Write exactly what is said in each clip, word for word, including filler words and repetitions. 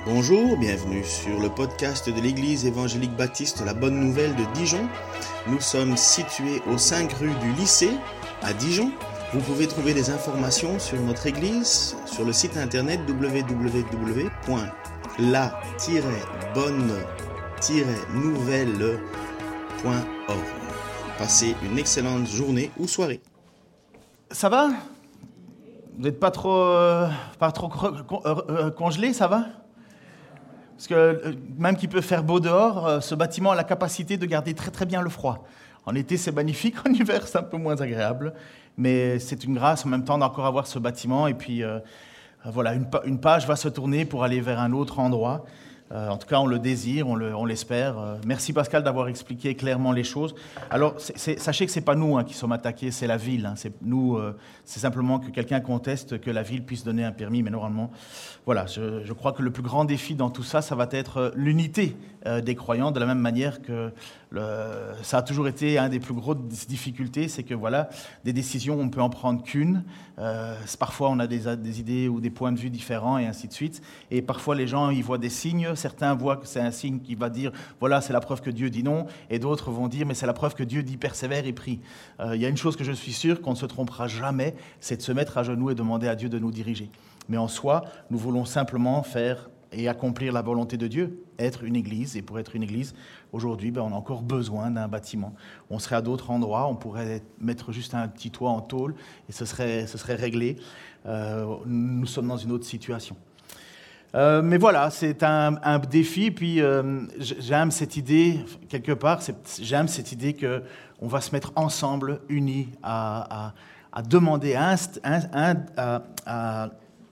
Bonjour, bienvenue sur le podcast de l'Église évangélique baptiste La Bonne Nouvelle de Dijon. Nous sommes situés aux cinq rues du lycée à Dijon. Vous pouvez trouver des informations sur notre Église sur le site internet w w w point la tiret bonne tiret nouvelle point org. Passez une excellente journée ou soirée. Ça va? Vous n'êtes pas trop, euh, pas trop con, euh, euh, congelé, ça va? Parce que euh, même qu'il peut faire beau dehors, euh, ce bâtiment a la capacité de garder très très bien le froid. En été, c'est magnifique, en hiver, c'est un peu moins agréable. Mais c'est une grâce en même temps d'encore avoir ce bâtiment. Et puis, euh, voilà, une, une page va se tourner pour aller vers un autre endroit. Euh, en tout cas, on le désire, on, le, on l'espère. Euh, merci Pascal d'avoir expliqué clairement les choses. Alors, c'est, c'est, sachez que ce n'est pas nous hein, qui sommes attaqués, c'est la ville. Hein. C'est, nous, euh, c'est simplement que quelqu'un conteste que la ville puisse donner un permis. Mais normalement, voilà, je, je crois que le plus grand défi dans tout ça, ça va être l'unité euh, des croyants, de la même manière que le, ça a toujours été une des plus grosses difficultés, c'est que voilà, des décisions, on ne peut en prendre qu'une. Euh, parfois, on a des, des idées ou des points de vue différents et ainsi de suite. Et parfois, les gens, ils voient des signes. Certains voient que c'est un signe qui va dire « voilà, c'est la preuve que Dieu dit non », et d'autres vont dire « mais c'est la preuve que Dieu dit persévère et prie ». Euh, il y a une chose que je suis sûr qu'on ne se trompera jamais, c'est de se mettre à genoux et demander à Dieu de nous diriger. Mais en soi, nous voulons simplement faire et accomplir la volonté de Dieu, être une église. Et pour être une église, aujourd'hui, ben, on a encore besoin d'un bâtiment. On serait à d'autres endroits, on pourrait mettre juste un petit toit en tôle et ce serait, ce serait réglé. Euh, nous sommes dans une autre situation. Euh, mais voilà, c'est un, un défi. Puis euh, j'aime cette idée, quelque part, c'est, j'aime cette idée qu'on va se mettre ensemble, unis, à, à, à demander, à, inst, à, à, à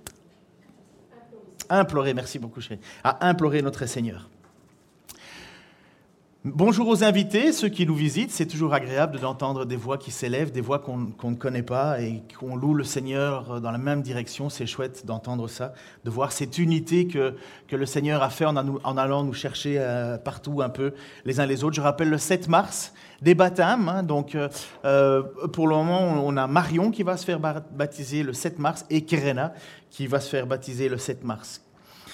implorer, merci beaucoup chérie, à implorer notre Seigneur. Bonjour aux invités, ceux qui nous visitent, c'est toujours agréable d'entendre des voix qui s'élèvent, des voix qu'on, qu'on ne connaît pas et qu'on loue le Seigneur dans la même direction. C'est chouette d'entendre ça, de voir cette unité que, que le Seigneur a fait en, en allant nous chercher euh, partout un peu les uns les autres. Je rappelle le sept mars, des baptêmes. Hein, donc euh, pour le moment, on a Marion qui va se faire baptiser le sept mars et Kerena qui va se faire baptiser le sept mars.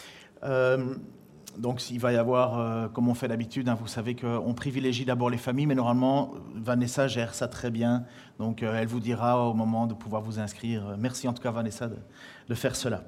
Euh, Donc, il va y avoir, euh, comme on fait d'habitude, hein, vous savez qu'on privilégie d'abord les familles, mais normalement, Vanessa gère ça très bien. Donc, euh, elle vous dira au moment de pouvoir vous inscrire. Merci en tout cas, Vanessa, de, de faire cela.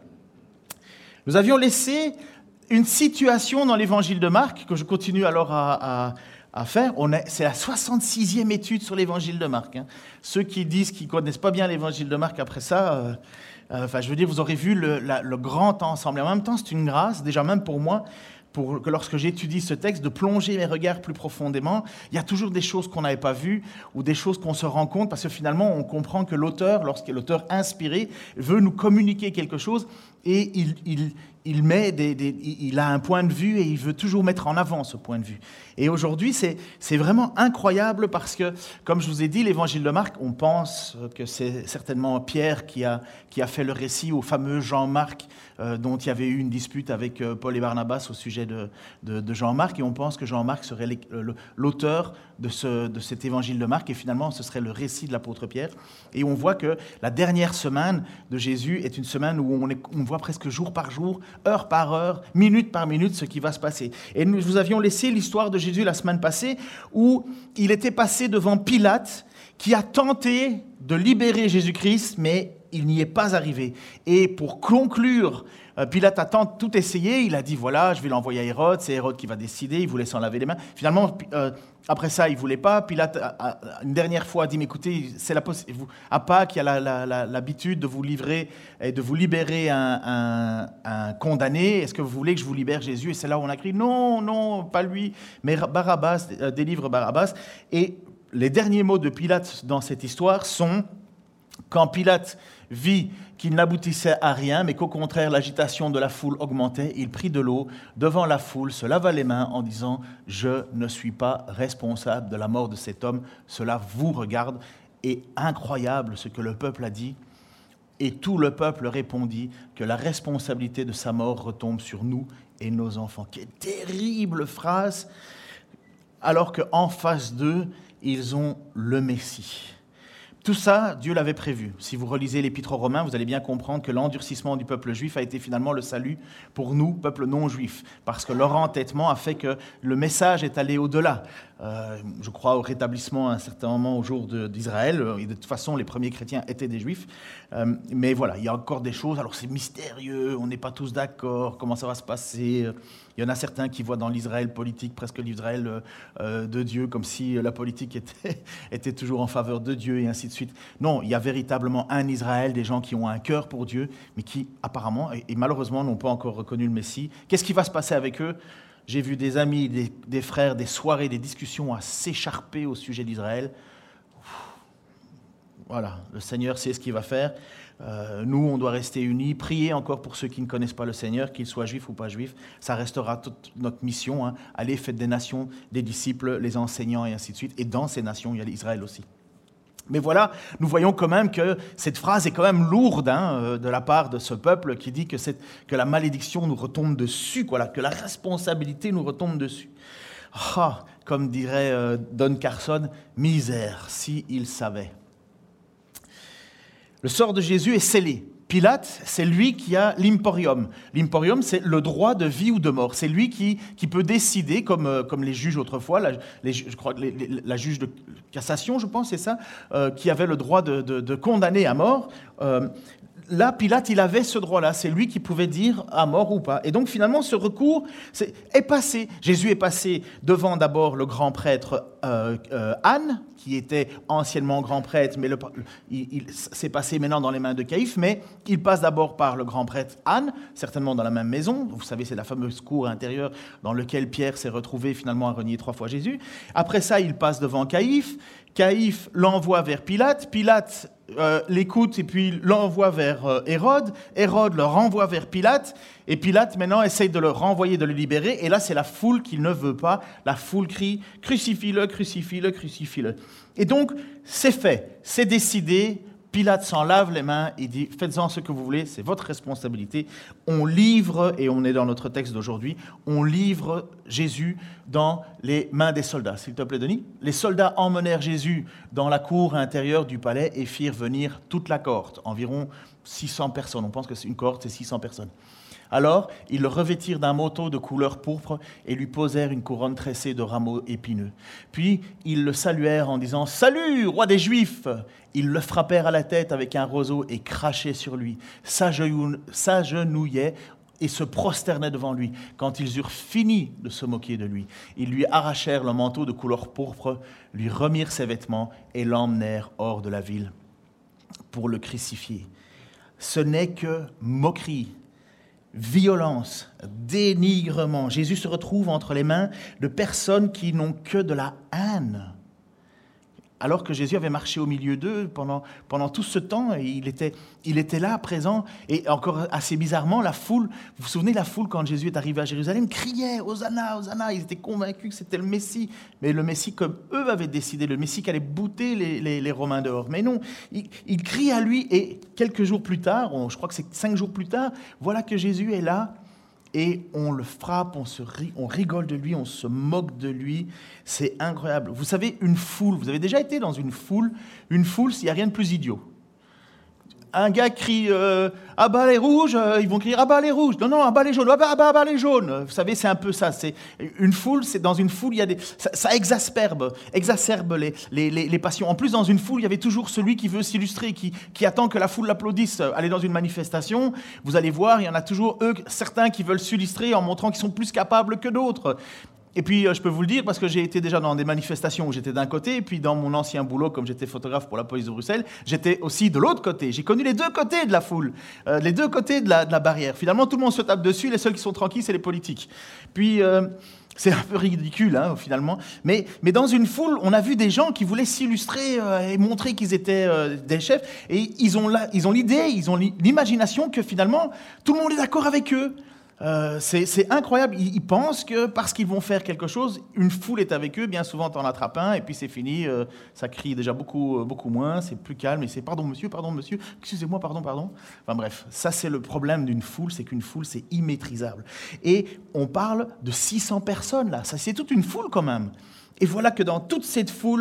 Nous avions laissé une situation dans l'évangile de Marc, que je continue alors à, à, à faire. On est, c'est la soixante-sixième étude sur l'évangile de Marc. Hein. Ceux qui disent qu'ils ne connaissent pas bien l'évangile de Marc après ça... Euh, euh, enfin, je veux dire, vous aurez vu le, la, le grand temps ensemble. Et en même temps, c'est une grâce, déjà même pour moi, pour que lorsque j'étudie ce texte, de plonger mes regards plus profondément. Il y a toujours des choses qu'on n'avait pas vues ou des choses qu'on se rend compte parce que finalement, on comprend que l'auteur, lorsqu'il est l'auteur inspiré, veut nous communiquer quelque chose et il, il, il, met des, des, il a un point de vue et il veut toujours mettre en avant ce point de vue. Et aujourd'hui, c'est, c'est vraiment incroyable parce que, comme je vous ai dit, l'évangile de Marc, on pense que c'est certainement Pierre qui a, qui a fait le récit au fameux Jean-Marc, euh, dont il y avait eu une dispute avec euh, Paul et Barnabas au sujet de, de, de Jean-Marc, et on pense que Jean-Marc serait l'auteur de, ce, de cet évangile de Marc, et finalement, ce serait le récit de l'apôtre Pierre. Et on voit que la dernière semaine de Jésus est une semaine où on, est, on voit presque jour par jour, heure par heure, minute par minute, ce qui va se passer. Et nous vous avions laissé l'histoire de Jésus la semaine passée, où il était passé devant Pilate, qui a tenté de libérer Jésus-Christ, mais il n'y est pas arrivé. Et pour conclure, Pilate a tant tout essayé, il a dit voilà, je vais l'envoyer à Hérode, c'est Hérode qui va décider, il voulait s'en laver les mains. Finalement, euh, après ça, il ne voulait pas. Pilate, a, a, une dernière fois, a dit mais écoutez, c'est la possi- vous, à Pâques, il y a la, la, la, l'habitude de vous livrer et de vous libérer un, un, un condamné. Est-ce que vous voulez que je vous libère Jésus? Et c'est là où on a crié non, non, pas lui, mais Barabbas, euh, délivre Barabbas. Et les derniers mots de Pilate dans cette histoire sont quand Pilate vit qu'il n'aboutissait à rien, mais qu'au contraire, l'agitation de la foule augmentait, il prit de l'eau devant la foule, se lava les mains en disant « Je ne suis pas responsable de la mort de cet homme, cela vous regarde. » Et incroyable ce que le peuple a dit. Et tout le peuple répondit que la responsabilité de sa mort retombe sur nous et nos enfants. Quelle terrible phrase, alors qu'en face d'eux, ils ont le Messie. Tout ça, Dieu l'avait prévu. Si vous relisez l'Épître aux Romains, vous allez bien comprendre que l'endurcissement du peuple juif a été finalement le salut pour nous, peuple non juif, parce que leur entêtement a fait que le message est allé au-delà. Euh, je crois au rétablissement à un certain moment au jour de, d'Israël. Et de toute façon, les premiers chrétiens étaient des juifs. Euh, mais voilà, il y a encore des choses. Alors c'est mystérieux, on n'est pas tous d'accord, comment ça va se passer. Il y en a certains qui voient dans l'Israël politique presque l'Israël euh, de Dieu, comme si la politique était, était toujours en faveur de Dieu et ainsi de suite. Non, il y a véritablement un Israël, des gens qui ont un cœur pour Dieu, mais qui apparemment et, et malheureusement n'ont pas encore reconnu le Messie. Qu'est-ce qui va se passer avec eux ? J'ai vu des amis, des, des frères, des soirées, des discussions à s'écharper au sujet d'Israël. Voilà, le Seigneur sait ce qu'il va faire. Euh, nous, on doit rester unis, prier encore pour ceux qui ne connaissent pas le Seigneur, qu'ils soient juifs ou pas juifs. Ça restera toute notre mission. Hein. Allez, faites des nations, des disciples, les enseignants et ainsi de suite. Et dans ces nations, il y a l'Israël aussi. Mais voilà, nous voyons quand même que cette phrase est quand même lourde hein, de la part de ce peuple qui dit que, c'est, que la malédiction nous retombe dessus, quoi, que la responsabilité nous retombe dessus. Ah, comme dirait euh, Don Carson, misère, s'il savait. Le sort de Jésus est scellé. Pilate, c'est lui qui a l'imporium. L'imporium, c'est le droit de vie ou de mort. C'est lui qui, qui peut décider, comme, comme les juges autrefois, la, les, je crois les, les, la juge de cassation, je pense, c'est ça, euh, qui avait le droit de, de, de condamner à mort. Euh, Là, Pilate, il avait ce droit-là. C'est lui qui pouvait dire à mort ou pas. Et donc, finalement, ce recours c'est, est passé. Jésus est passé devant d'abord le grand prêtre euh, euh, Anne, qui était anciennement grand prêtre, mais le, il, il, c'est passé maintenant dans les mains de Caïphe, mais il passe d'abord par le grand prêtre Anne, certainement dans la même maison. Vous savez, c'est la fameuse cour intérieure dans laquelle Pierre s'est retrouvé finalement à renier trois fois Jésus. Après ça, il passe devant Caïphe. Caïphe l'envoie vers Pilate. Pilate euh, l'écoute et puis l'envoie vers euh, Hérode. Hérode le renvoie vers Pilate. Et Pilate, maintenant, essaye de le renvoyer, de le libérer. Et là, c'est la foule qu'il ne veut pas. La foule crie « Crucifie-le, crucifie-le, crucifie-le ». Et donc, c'est fait, c'est décidé. Pilate s'en lave les mains et dit « Faites-en ce que vous voulez, c'est votre responsabilité ». On livre, et on est dans notre texte d'aujourd'hui, on livre Jésus dans les mains des soldats. S'il te plaît, Denis. Les soldats emmenèrent Jésus dans la cour intérieure du palais et firent venir toute la cohorte, environ six cents personnes. On pense que c'est une cohorte, c'est six cents personnes. Alors, ils le revêtirent d'un manteau de couleur pourpre et lui posèrent une couronne tressée de rameaux épineux. Puis, ils le saluèrent en disant « Salut, roi des Juifs !» Ils le frappèrent à la tête avec un roseau et crachaient sur lui, s'agenouillaient et se prosternaient devant lui. Quand ils eurent fini de se moquer de lui, ils lui arrachèrent le manteau de couleur pourpre, lui remirent ses vêtements et l'emmenèrent hors de la ville pour le crucifier. Ce n'est que moquerie, violence, dénigrement. Jésus se retrouve entre les mains de personnes qui n'ont que de la haine. Alors que Jésus avait marché au milieu d'eux pendant, pendant tout ce temps, et il était, il était là, présent, et encore assez bizarrement, la foule, vous vous souvenez, la foule, quand Jésus est arrivé à Jérusalem, criait « Hosanna, Hosanna », ils étaient convaincus que c'était le Messie, mais le Messie comme eux avaient décidé, le Messie qui allait bouter les, les, les Romains dehors. Mais non, ils il crient à lui, et quelques jours plus tard, je crois que c'est cinq jours plus tard, voilà que Jésus est là, et on le frappe, on, se rit, on rigole de lui, on se moque de lui. C'est incroyable. Vous savez, une foule, vous avez déjà été dans une foule, une foule, il n'y a rien de plus idiot. Un gars crie euh, « Ah bah les rouges », ils vont crier « Ah bah les rouges ». Non, non, « Ah bah les jaunes »,« Ah bah, ah bah, ah bah les jaunes ». Vous savez, c'est un peu ça. C'est une foule, c'est dans une foule, il y a des, ça, ça exasperbe, exacerbe les, les, les, les passions. En plus, dans une foule, il y avait toujours celui qui veut s'illustrer, qui, qui attend que la foule l'applaudisse. Allez dans une manifestation, vous allez voir, il y en a toujours eux, certains qui veulent s'illustrer en montrant qu'ils sont plus capables que d'autres. Et puis, je peux vous le dire, parce que j'ai été déjà dans des manifestations où j'étais d'un côté, et puis dans mon ancien boulot, comme j'étais photographe pour la police de Bruxelles, j'étais aussi de l'autre côté. J'ai connu les deux côtés de la foule, euh, les deux côtés de la, de la barrière. Finalement, tout le monde se tape dessus, les seuls qui sont tranquilles, c'est les politiques. Puis, euh, c'est un peu ridicule, hein, finalement. Mais, mais dans une foule, on a vu des gens qui voulaient s'illustrer euh, et montrer qu'ils étaient euh, des chefs, et ils ont, la, ils ont l'idée, ils ont l'imagination que finalement, tout le monde est d'accord avec eux. Euh, c'est, c'est incroyable. Ils, ils pensent que parce qu'ils vont faire quelque chose, une foule est avec eux. Bien souvent, t'en attrapes un et puis c'est fini. Euh, ça crie déjà beaucoup, beaucoup moins. C'est plus calme et c'est pardon monsieur, pardon monsieur, excusez-moi, pardon, pardon. Enfin bref, ça c'est le problème d'une foule, c'est qu'une foule c'est immaîtrisable. Et on parle de six cents personnes là. Ça c'est toute une foule quand même. Et voilà que dans toute cette foule,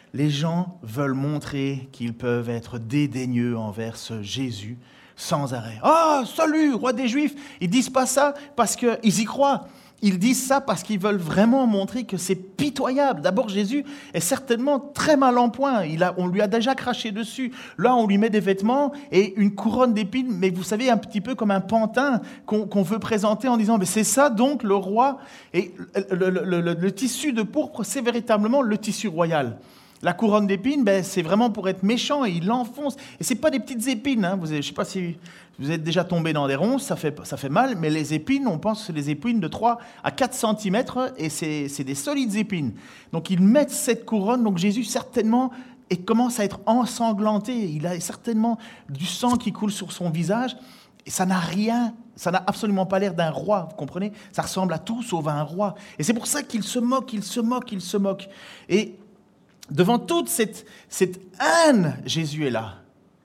les gens veulent montrer qu'ils peuvent être dédaigneux envers ce Jésus sans arrêt. « Ah, salut, roi des Juifs !» Ils ne disent pas ça parce qu'ils y croient. Ils disent ça parce qu'ils veulent vraiment montrer que c'est pitoyable. D'abord, Jésus est certainement très mal en point. Il a, on lui a déjà craché dessus. Là, on lui met des vêtements et une couronne d'épines, mais vous savez, un petit peu comme un pantin qu'on, qu'on veut présenter en disant « mais c'est ça donc le roi ?» Et le, le, le, le, le tissu de pourpre, c'est véritablement le tissu royal. La couronne d'épines, ben, c'est vraiment pour être méchant et il l'enfonce. Et ce n'est pas des petites épines. Hein. Vous, je ne sais pas si vous êtes déjà tombé dans des ronces, ça fait, ça fait mal, mais les épines, on pense que c'est des épines de trois à quatre centimètres et c'est, c'est des solides épines. Donc ils mettent cette couronne, donc Jésus certainement et commence à être ensanglanté. Il a certainement du sang qui coule sur son visage et ça n'a rien, ça n'a absolument pas l'air d'un roi, vous comprenez ? Ça ressemble à tout sauf à un roi. Et c'est pour ça qu'il se moque, il se moque, il se moque. Et devant toute cette, cette haine, Jésus est là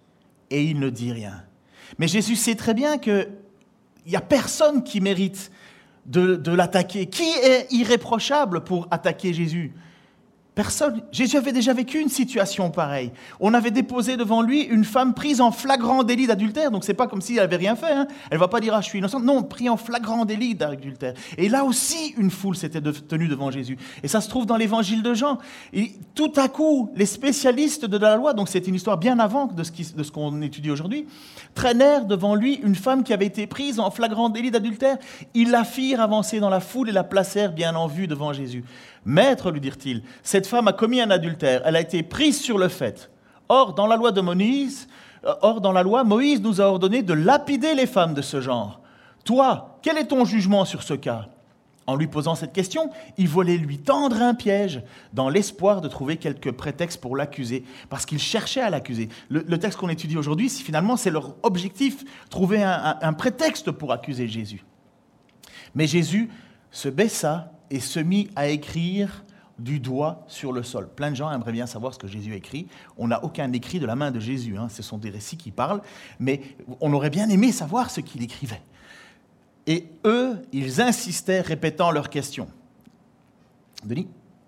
et il ne dit rien. Mais Jésus sait très bien qu'il n'y a personne qui mérite de, de l'attaquer. Qui est irréprochable pour attaquer Jésus ? Personne. Jésus avait déjà vécu une situation pareille. On avait déposé devant lui une femme prise en flagrant délit d'adultère. Donc, ce n'est pas comme si elle n'avait rien fait. Hein. Elle ne va pas dire « Ah, je suis innocente ». Non, pris en flagrant délit d'adultère. Et là aussi, une foule s'était de, tenue devant Jésus. Et ça se trouve dans l'évangile de Jean. Et tout à coup, les spécialistes de la loi, donc c'est une histoire bien avant de ce, qui, de ce qu'on étudie aujourd'hui, traînèrent devant lui une femme qui avait été prise en flagrant délit d'adultère. Ils la firent avancer dans la foule et la placèrent bien en vue devant Jésus. « Maître, lui dirent-ils, cette femme a commis un adultère, elle a été prise sur le fait. Or, dans la loi de Moïse, or, dans la loi, Moïse nous a ordonné de lapider les femmes de ce genre. Toi, quel est ton jugement sur ce cas ?» En lui posant cette question, ils voulaient lui tendre un piège dans l'espoir de trouver quelques prétextes pour l'accuser, parce qu'ils cherchaient à l'accuser. Le, le texte qu'on étudie aujourd'hui, c'est, finalement, c'est leur objectif, trouver un, un, un prétexte pour accuser Jésus. Mais Jésus se baissa et se mit à écrire du doigt sur le sol. Plein de gens aimeraient bien savoir ce que Jésus écrit. On n'a aucun écrit de la main de Jésus. Hein. Ce sont des récits qui parlent, mais on aurait bien aimé savoir ce qu'il écrivait. Et eux, ils insistaient, répétant leurs questions. Denis ?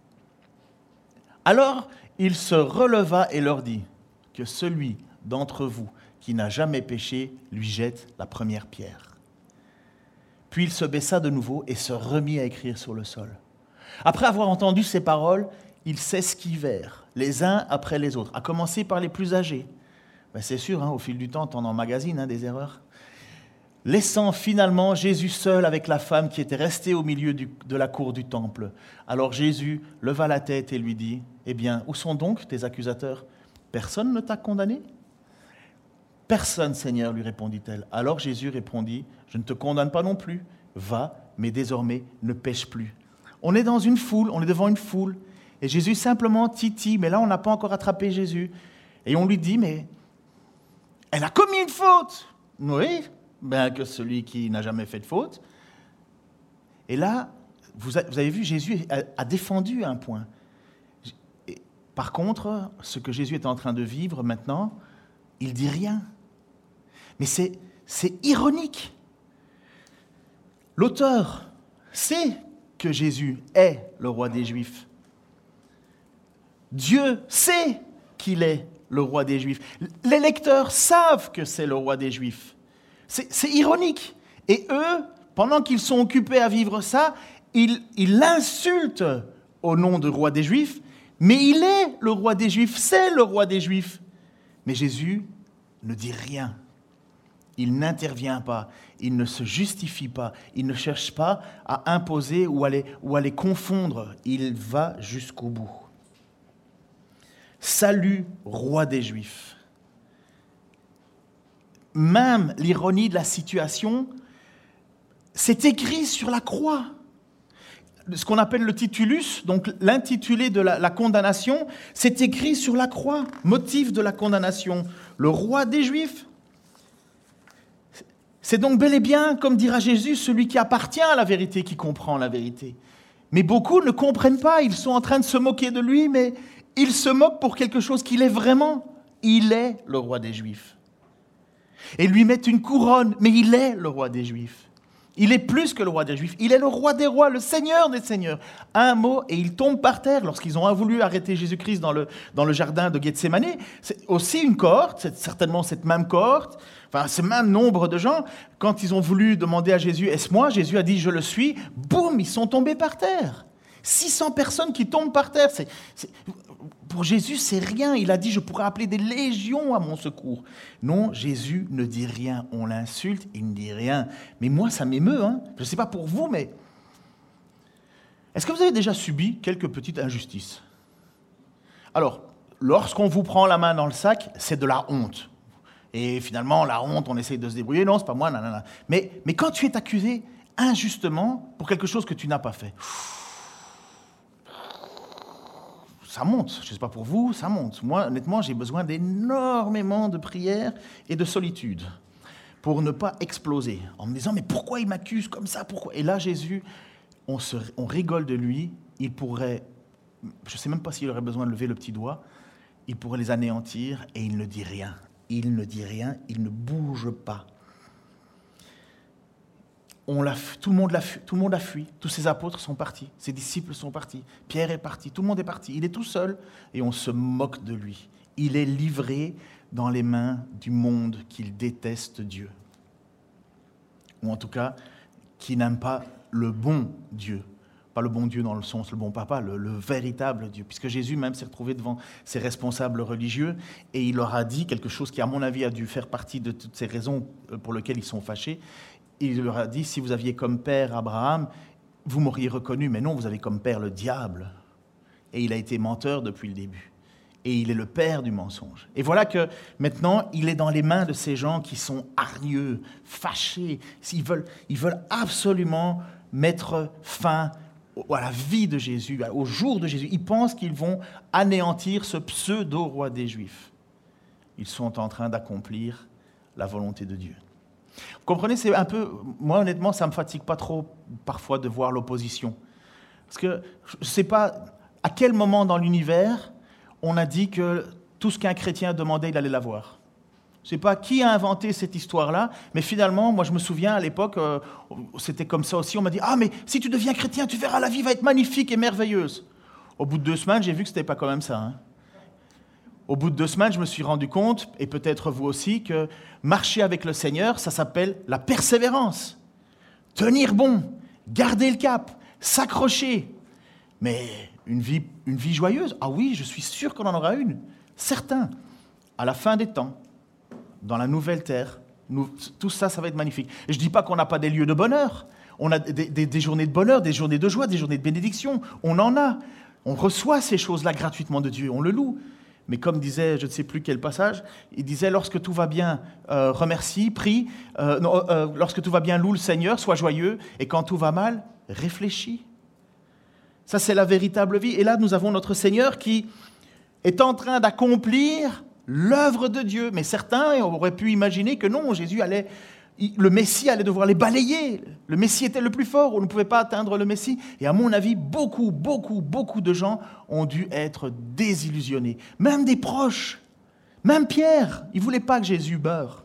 Alors, il se releva et leur dit que celui d'entre vous qui n'a jamais péché lui jette la première pierre. Puis il se baissa de nouveau et se remit à écrire sur le sol. Après avoir entendu ces paroles, ils s'esquivèrent, les uns après les autres, à commencer par les plus âgés. Ben c'est sûr, hein, au fil du temps, on emmagasine hein, des erreurs. Laissant finalement Jésus seul avec la femme qui était restée au milieu du, de la cour du temple. Alors Jésus leva la tête et lui dit, « Eh bien, où sont donc tes accusateurs ? Personne ne t'a condamné ?» « Personne, Seigneur, lui répondit-elle. Alors Jésus répondit, « Je ne te condamne pas non plus. Va, mais désormais ne pêche plus. » On est dans une foule, on est devant une foule. Et Jésus simplement titille, mais là on n'a pas encore attrapé Jésus. Et on lui dit, mais elle a commis une faute. Oui, bien que celui qui n'a jamais fait de faute. Et là, vous avez vu, Jésus a défendu un point. Par contre, ce que Jésus est en train de vivre maintenant, il ne dit rien. Mais c'est, c'est ironique. L'auteur sait que Jésus est le roi des Juifs. Dieu sait qu'il est le roi des Juifs. Les lecteurs savent que c'est le roi des Juifs. C'est, c'est ironique. Et eux, pendant qu'ils sont occupés à vivre ça, ils, ils l'insultent au nom du roi des Juifs, mais il est le roi des Juifs, c'est le roi des Juifs. Mais Jésus ne dit rien. Il n'intervient pas, il ne se justifie pas, il ne cherche pas à imposer ou à les, ou à les confondre. Il va jusqu'au bout. Salut, roi des Juifs. Même l'ironie de la situation, c'est écrit sur la croix. Ce qu'on appelle le titulus, donc l'intitulé de la, la condamnation, c'est écrit sur la croix, motif de la condamnation. Le roi des Juifs. C'est donc bel et bien, comme dira Jésus, celui qui appartient à la vérité, qui comprend la vérité. Mais beaucoup ne comprennent pas, ils sont en train de se moquer de lui, mais ils se moquent pour quelque chose qu'il est vraiment. Il est le roi des Juifs. Et lui mettent une couronne, mais il est le roi des Juifs. Il est plus que le roi des Juifs. Il est le roi des rois, le Seigneur des seigneurs. Un mot et il tombe par terre lorsqu'ils ont voulu arrêter Jésus-Christ dans le, dans le jardin de Gethsémani. C'est aussi une cohorte, c'est certainement cette même cohorte, enfin ce même nombre de gens. Quand ils ont voulu demander à Jésus, est-ce moi? Jésus a dit, je le suis. Boum, ils sont tombés par terre. six cents personnes qui tombent par terre. C'est, c'est... Pour Jésus, c'est rien. Il a dit, je pourrais appeler des légions à mon secours. Non, Jésus ne dit rien. On l'insulte, il ne dit rien. Mais moi, ça m'émeut. Hein. Je ne sais pas pour vous, mais... Est-ce que vous avez déjà subi quelques petites injustices? Alors, lorsqu'on vous prend la main dans le sac, c'est de la honte. Et finalement, la honte, on essaye de se débrouiller. Non, c'est pas moi, nanana. Mais, mais quand tu es accusé injustement pour quelque chose que tu n'as pas fait... Ça monte, je ne sais pas pour vous, ça monte. Moi, honnêtement, j'ai besoin d'énormément de prières et de solitude pour ne pas exploser, en me disant, mais pourquoi il m'accuse comme ça, pourquoi? Et là, Jésus, on, se, on rigole de lui, il pourrait, je ne sais même pas s'il aurait besoin de lever le petit doigt, il pourrait les anéantir et il ne dit rien. Il ne dit rien, il ne bouge pas. On l'a, tout, le monde l'a, tout le monde a fui, tous ses apôtres sont partis, ses disciples sont partis, Pierre est parti, tout le monde est parti, il est tout seul et on se moque de lui. Il est livré dans les mains du monde qu'il déteste Dieu. Ou en tout cas, qui n'aime pas le bon Dieu. Pas le bon Dieu dans le sens, le bon papa, le, le véritable Dieu. Puisque Jésus même s'est retrouvé devant ses responsables religieux et il leur a dit quelque chose qui, à mon avis, a dû faire partie de toutes ces raisons pour lesquelles ils sont fâchés. Il leur a dit, si vous aviez comme père Abraham, vous m'auriez reconnu, mais non, vous avez comme père le diable. Et il a été menteur depuis le début. Et il est le père du mensonge. Et voilà que maintenant, il est dans les mains de ces gens qui sont hargneux, fâchés. Ils veulent, ils veulent absolument mettre fin à la vie de Jésus, au jour de Jésus. Ils pensent qu'ils vont anéantir ce pseudo-roi des Juifs. Ils sont en train d'accomplir la volonté de Dieu. Vous comprenez, c'est un peu... Moi, honnêtement, ça ne me fatigue pas trop, parfois, de voir l'opposition. Parce que je ne sais pas à quel moment dans l'univers on a dit que tout ce qu'un chrétien demandait, il allait l'avoir. Je ne sais pas qui a inventé cette histoire-là, mais finalement, moi, je me souviens, à l'époque, euh, c'était comme ça aussi. On m'a dit « Ah, mais si tu deviens chrétien, tu verras, la vie va être magnifique et merveilleuse. » Au bout de deux semaines, j'ai vu que ce n'était pas quand même ça, hein. Au bout de deux semaines, je me suis rendu compte, et peut-être vous aussi, que marcher avec le Seigneur, ça s'appelle la persévérance. Tenir bon, garder le cap, s'accrocher. Mais une vie, une vie joyeuse, ah oui, je suis sûr qu'on en aura une. Certain. À la fin des temps, dans la nouvelle terre, nous, tout ça, ça va être magnifique. Et je ne dis pas qu'on n'a pas des lieux de bonheur. On a des, des, des journées de bonheur, des journées de joie, des journées de bénédiction. On en a. On reçoit ces choses-là gratuitement de Dieu, on le loue. Mais comme disait, je ne sais plus quel passage, il disait, lorsque tout va bien, euh, remercie, prie, euh, non, euh, lorsque tout va bien, loue le Seigneur, sois joyeux, et quand tout va mal, réfléchis. Ça, c'est la véritable vie. Et là, nous avons notre Seigneur qui est en train d'accomplir l'œuvre de Dieu. Mais certains auraient pu imaginer que non, Jésus allait... Le Messie allait devoir les balayer. Le Messie était le plus fort, on ne pouvait pas atteindre le Messie. Et à mon avis, beaucoup, beaucoup, beaucoup de gens ont dû être désillusionnés. Même des proches, même Pierre, il ne voulait pas que Jésus meure.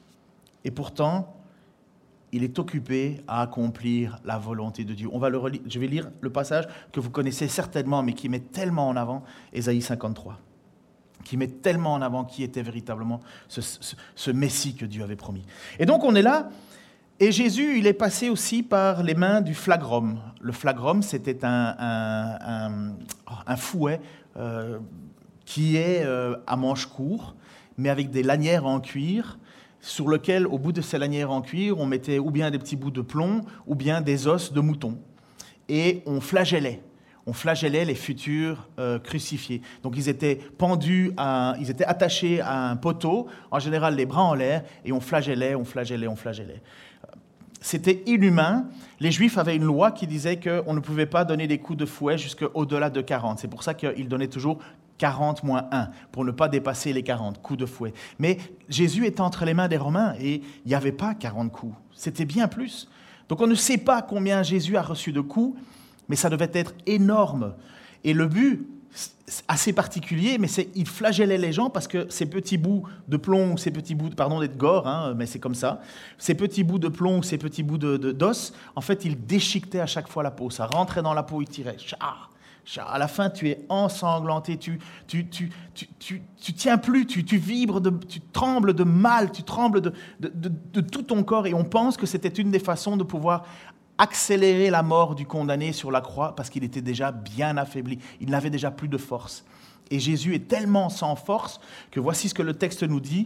Et pourtant, il est occupé à accomplir la volonté de Dieu. On va le relire, je vais lire le passage que vous connaissez certainement, mais qui met tellement en avant Ésaïe cinquante-trois. Qui met tellement en avant qui était véritablement ce, ce, ce Messie que Dieu avait promis. Et donc on est là, et Jésus, il est passé aussi par les mains du flagrum. Le flagrum, c'était un, un, un, un fouet euh, qui est euh, à manche court, mais avec des lanières en cuir, sur lequel, au bout de ces lanières en cuir, on mettait ou bien des petits bouts de plomb, ou bien des os de mouton. Et on flagellait. On flagellait les futurs euh, crucifiés. Donc ils étaient pendus, à, ils étaient attachés à un poteau, en général les bras en l'air, et on flagellait, on flagellait, on flagellait. C'était inhumain. Les Juifs avaient une loi qui disait qu'on ne pouvait pas donner des coups de fouet jusqu'au-delà de quarante. C'est pour ça qu'ils donnaient toujours quarante moins un, pour ne pas dépasser les quarante coups de fouet. Mais Jésus était entre les mains des Romains, et il n'y avait pas quarante coups. C'était bien plus. Donc on ne sait pas combien Jésus a reçu de coups, mais ça devait être énorme. Et le but, assez particulier, mais c'est, il flagellait les gens parce que ces petits bouts de plomb, ces petits bouts, pardon d'être gore, hein, mais c'est comme ça, ces petits bouts de plomb, ces petits bouts de, de, d'os, en fait, il déchiquetait à chaque fois la peau. Ça rentrait dans la peau, il tirait. Char, char. À la fin, tu es ensanglanté, tu tu tu tu tu, tu tiens plus, tu, tu vibres, de, tu trembles de mal, tu trembles de, de, de, de tout ton corps, et on pense que c'était une des façons de pouvoir accélérer la mort du condamné sur la croix parce qu'il était déjà bien affaibli. Il n'avait déjà plus de force. Et Jésus est tellement sans force que voici ce que le texte nous dit.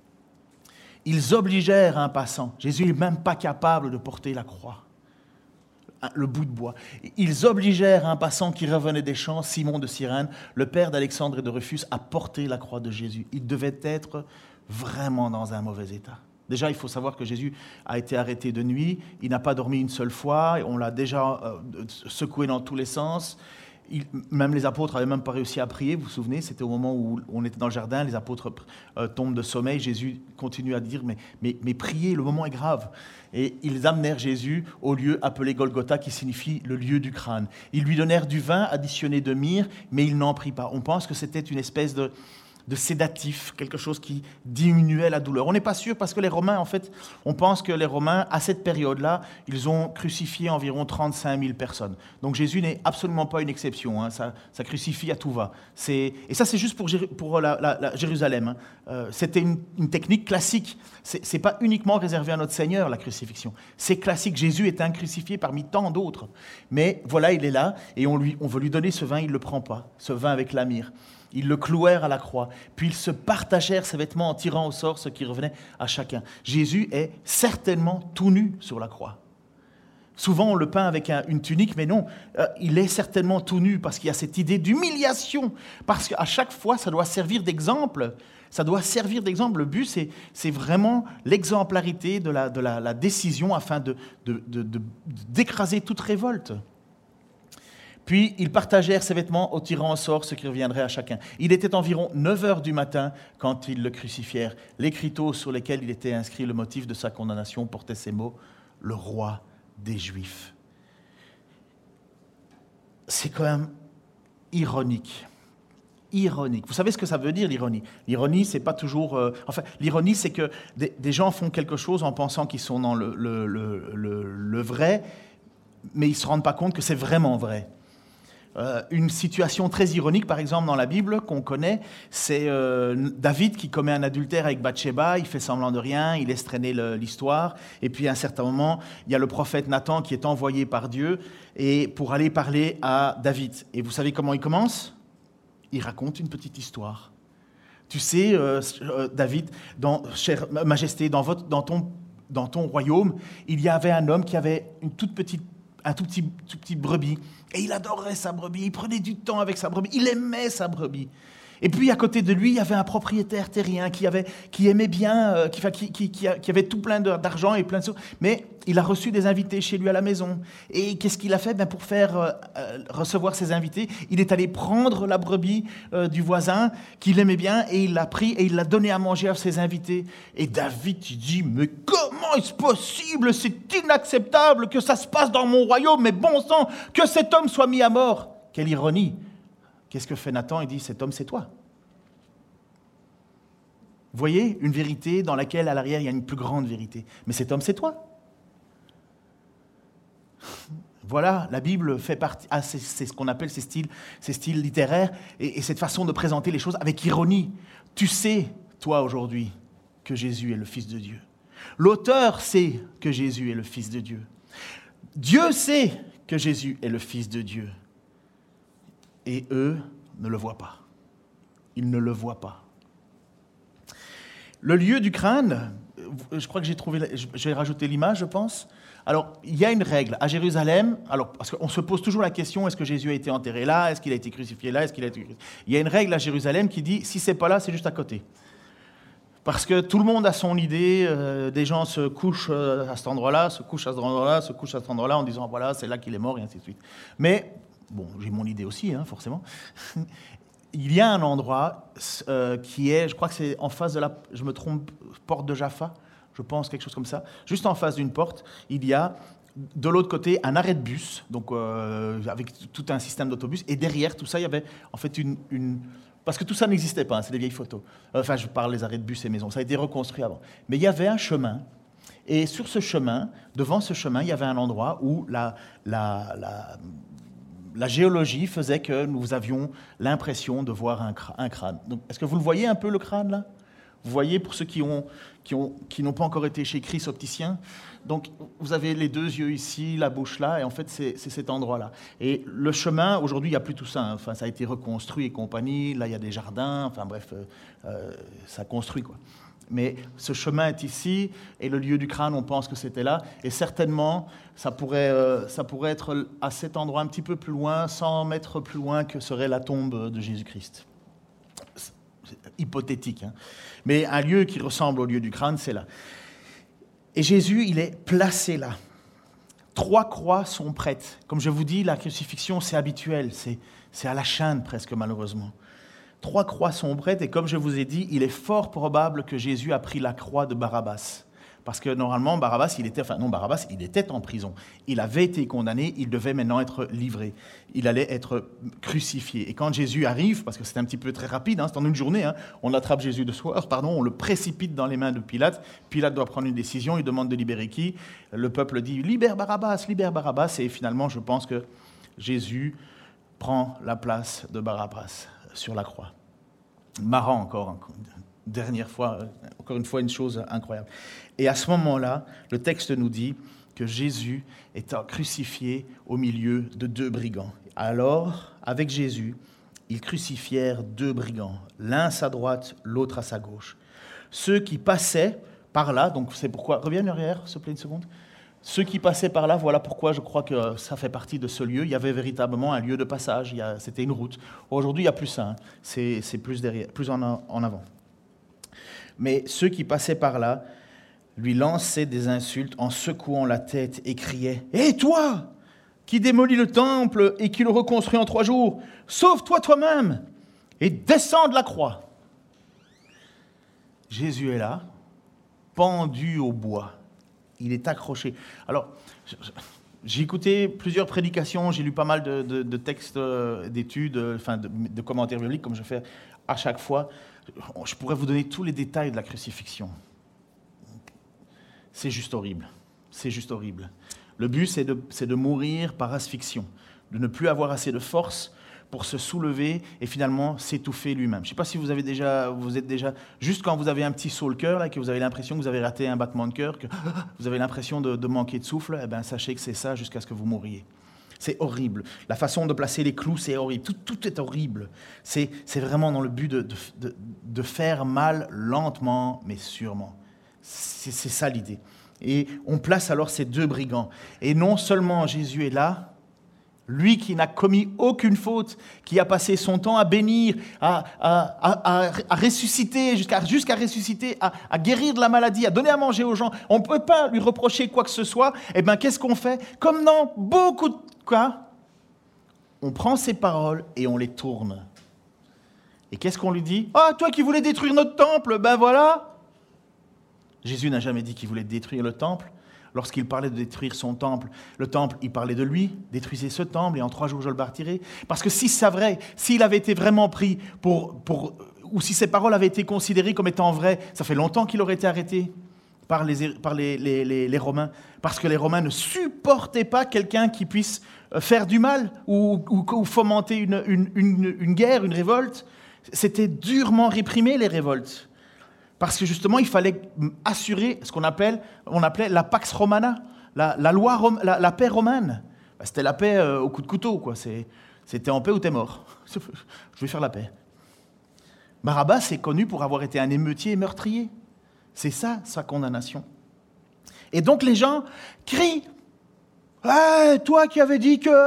Ils obligèrent un passant. Jésus n'est même pas capable de porter la croix, le bout de bois. Ils obligèrent un passant qui revenait des champs, Simon de Cyrène, le père d'Alexandre et de Rufus, à porter la croix de Jésus. Il devait être vraiment dans un mauvais état. Déjà, il faut savoir que Jésus a été arrêté de nuit, il n'a pas dormi une seule fois, on l'a déjà euh, secoué dans tous les sens. Il, même les apôtres n'avaient même pas réussi à prier, vous vous souvenez, c'était au moment où on était dans le jardin, les apôtres euh, tombent de sommeil, Jésus continue à dire mais, mais, mais priez, le moment est grave. Et ils amenèrent Jésus au lieu appelé Golgotha, qui signifie le lieu du crâne. Ils lui donnèrent du vin additionné de myrrhe, mais il n'en prit pas. On pense que c'était une espèce de... de sédatif, quelque chose qui diminuait la douleur. On n'est pas sûr parce que les Romains, en fait, on pense que les Romains, à cette période-là, ils ont crucifié environ trente-cinq mille personnes. Donc Jésus n'est absolument pas une exception, hein. ça, ça crucifie à tout va. C'est, et ça, c'est juste pour, pour la, la, la Jérusalem. Hein. Euh, c'était une, une technique classique. Ce n'est pas uniquement réservé à notre Seigneur, la crucifixion. C'est classique. Jésus est un crucifié parmi tant d'autres. Mais voilà, il est là, et on, lui, on veut lui donner ce vin, il ne le prend pas, ce vin avec la myrrhe. Ils le clouèrent à la croix, puis ils se partagèrent ses vêtements en tirant au sort ce qui revenait à chacun. Jésus est certainement tout nu sur la croix. Souvent, on le peint avec un, une tunique, mais non, euh, il est certainement tout nu parce qu'il y a cette idée d'humiliation, parce qu'à chaque fois, ça doit servir d'exemple. Ça doit servir d'exemple. Le but, c'est, c'est vraiment l'exemplarité de la, de la, la décision afin de, de, de, de, d'écraser toute révolte. Puis, ils partagèrent ses vêtements au tirant au sort ce qui reviendrait à chacun. Il était environ neuf heures du matin quand ils le crucifièrent. L'écriteau sur lesquels il était inscrit le motif de sa condamnation portait ces mots « Le roi des Juifs ». C'est quand même ironique. Ironique. Vous savez ce que ça veut dire, l'ironie ? L'ironie, c'est pas toujours... Euh, enfin, l'ironie, c'est que des, des gens font quelque chose en pensant qu'ils sont dans le, le, le, le, le vrai, mais ils ne se rendent pas compte que c'est vraiment vrai. Euh, une situation très ironique, par exemple, dans la Bible, qu'on connaît, c'est euh, David qui commet un adultère avec Bathsheba, il fait semblant de rien, il laisse traîner le, l'histoire, et puis à un certain moment, il y a le prophète Nathan qui est envoyé par Dieu et pour aller parler à David. Et vous savez comment il commence ? Il raconte une petite histoire. Tu sais, euh, David, dans, chère Majesté, dans, votre, dans, ton, dans ton royaume, il y avait un homme qui avait une toute petite un tout petit, tout petit brebis, et il adorait sa brebis, il prenait du temps avec sa brebis, il aimait sa brebis. Et puis, à côté de lui, il y avait un propriétaire terrien qui, avait, qui aimait bien, euh, qui, qui, qui, qui, qui avait tout plein d'argent et plein de choses, mais il a reçu des invités chez lui à la maison. Et qu'est-ce qu'il a fait ? Ben, pour faire euh, recevoir ses invités, il est allé prendre la brebis euh, du voisin, qu'il aimait bien, et il l'a pris et il l'a donné à manger à ses invités. Et David, il dit, mais comment est-ce possible ? C'est inacceptable que ça se passe dans mon royaume, mais bon sang, que cet homme soit mis à mort. Quelle ironie ! Qu'est-ce que fait Nathan ? Il dit, cet homme, c'est toi. Vous voyez, une vérité dans laquelle, à l'arrière, il y a une plus grande vérité. Mais cet homme, c'est toi. Voilà, la Bible fait partie, ah, c'est, c'est ce qu'on appelle ces styles, ces styles littéraires et, et cette façon de présenter les choses avec ironie. Tu sais, toi, aujourd'hui, que Jésus est le Fils de Dieu. L'auteur sait que Jésus est le Fils de Dieu. Dieu sait que Jésus est le Fils de Dieu. Et eux ne le voient pas. Ils ne le voient pas. Le lieu du crâne, je crois que j'ai trouvé, j'ai rajouté l'image, je pense. Alors, il y a une règle à Jérusalem, alors, parce qu'on se pose toujours la question, est-ce que Jésus a été enterré là ? Est-ce qu'il a été crucifié là ? Est-ce qu'il a été... Il y a une règle à Jérusalem qui dit, si ce n'est pas là, c'est juste à côté. Parce que tout le monde a son idée, euh, des gens se couchent à cet endroit-là, se couchent à cet endroit-là, se couchent à cet endroit-là, en disant, voilà, c'est là qu'il est mort, et ainsi de suite. Mais... Bon, j'ai mon idée aussi, hein, forcément. Il y a un endroit euh, qui est, je crois que c'est en face de la, je me trompe, porte de Jaffa, je pense, quelque chose comme ça. Juste en face d'une porte, il y a de l'autre côté, un arrêt de bus, donc euh, avec tout un système d'autobus. Et derrière tout ça, il y avait en fait une... une... Parce que tout ça n'existait pas, hein, c'est des vieilles photos. Enfin, je parle des arrêts de bus et maisons, ça a été reconstruit avant. Mais il y avait un chemin, et sur ce chemin, devant ce chemin, il y avait un endroit où la, la, la, la géologie faisait que nous avions l'impression de voir un, cr- un crâne. Donc, est-ce que vous le voyez un peu, le crâne, là ? Vous voyez, pour ceux qui, ont, qui, ont, qui n'ont pas encore été chez Chris Opticien, donc vous avez les deux yeux ici, la bouche là, et en fait, c'est, c'est cet endroit-là. Et le chemin, aujourd'hui, il n'y a plus tout ça. Hein. Enfin, ça a été reconstruit et compagnie. Là, il y a des jardins. Enfin, bref, euh, euh, ça construit, quoi. Mais ce chemin est ici, et le lieu du crâne, on pense que c'était là. Et certainement, ça pourrait, euh, ça pourrait être à cet endroit un petit peu plus loin, cent mètres plus loin, que serait la tombe de Jésus-Christ. C'est hypothétique, hein. Mais un lieu qui ressemble au lieu du crâne, c'est là. Et Jésus, il est placé là. Trois croix sont prêtes. Comme je vous dis, la crucifixion, c'est habituel, c'est, c'est à la chaîne presque, malheureusement. Trois croix sont prêtes, et comme je vous ai dit, il est fort probable que Jésus a pris la croix de Barabbas. Parce que normalement, Barabbas, il était, enfin non, Barabbas, il était en prison. Il avait été condamné, il devait maintenant être livré. Il allait être crucifié. Et quand Jésus arrive, parce que c'est un petit peu très rapide, hein, c'est en une journée, hein, on attrape Jésus de soir, pardon, on le précipite dans les mains de Pilate. Pilate doit prendre une décision, il demande de libérer qui ? Le peuple dit « Libère Barabbas, libère Barabbas ». Et finalement, je pense que Jésus prend la place de Barabbas sur la croix. Marrant encore, encore. Dernière fois, encore une fois, une chose incroyable. Et à ce moment-là, le texte nous dit que Jésus est crucifié au milieu de deux brigands. Alors, avec Jésus, ils crucifièrent deux brigands, l'un à sa droite, l'autre à sa gauche. Ceux qui passaient par là, donc c'est pourquoi... Reviens en arrière, s'il te plaît, une seconde. Ceux qui passaient par là, voilà pourquoi je crois que ça fait partie de ce lieu. Il y avait véritablement un lieu de passage, il y a, c'était une route. Aujourd'hui, il n'y a plus ça, hein. c'est, c'est plus, derrière, plus en, en avant. Mais ceux qui passaient par là lui lançaient des insultes en secouant la tête et criaient « Hé, toi, qui démolis le temple et qui le reconstruit en trois jours, sauve-toi toi-même et descends de la croix !» Jésus est là, pendu au bois. Il est accroché. Alors, j'ai écouté plusieurs prédications, j'ai lu pas mal de, de, de textes, d'études, enfin de, de commentaires bibliques, comme je fais à chaque fois. Je pourrais vous donner tous les détails de la crucifixion. C'est juste horrible. C'est juste horrible. Le but, c'est de, c'est de mourir par asphyxion, de ne plus avoir assez de force pour se soulever et finalement s'étouffer lui-même. Je ne sais pas si vous avez déjà, vous êtes déjà, juste quand vous avez un petit saut le cœur, là, que vous avez l'impression que vous avez raté un battement de cœur, que vous avez l'impression de, de manquer de souffle, eh bien, sachez que c'est ça jusqu'à ce que vous mouriez. C'est horrible. La façon de placer les clous, c'est horrible. Tout, tout est horrible. C'est, c'est vraiment dans le but de, de, de, de faire mal lentement, mais sûrement. C'est, c'est ça l'idée. Et on place alors ces deux brigands. Et non seulement Jésus est là, lui qui n'a commis aucune faute, qui a passé son temps à bénir, à, à, à, à ressusciter, jusqu'à, jusqu'à ressusciter, à, à guérir de la maladie, à donner à manger aux gens. On ne peut pas lui reprocher quoi que ce soit. Eh bien, qu'est-ce qu'on fait ? Comme dans beaucoup de cas, on prend ses paroles et on les tourne. Et qu'est-ce qu'on lui dit ? « Ah, toi qui voulais détruire notre temple, ben voilà !» Jésus n'a jamais dit qu'il voulait détruire le temple. Lorsqu'il parlait de détruire son temple, le temple, il parlait de lui, détruisez ce temple et en trois jours je le bâtirai. Parce que si c'est vrai, s'il avait été vraiment pris pour, pour, ou si ses paroles avaient été considérées comme étant vraies, ça fait longtemps qu'il aurait été arrêté par les, par les, les, les, les Romains. Parce que les Romains ne supportaient pas quelqu'un qui puisse faire du mal ou, ou, ou fomenter une, une, une, une guerre, une révolte. C'était durement réprimé, les révoltes. Parce que justement, il fallait assurer ce qu'on appelle, on appelait la Pax Romana, la, la loi, la, la paix romaine. C'était la paix euh, au coup de couteau, quoi. C'est, c'était en paix ou t'es mort. Je vais faire la paix. Barabbas est connu pour avoir été un émeutier et meurtrier. C'est ça, sa condamnation. Et donc les gens crient « Hey, toi qui avais dit que... »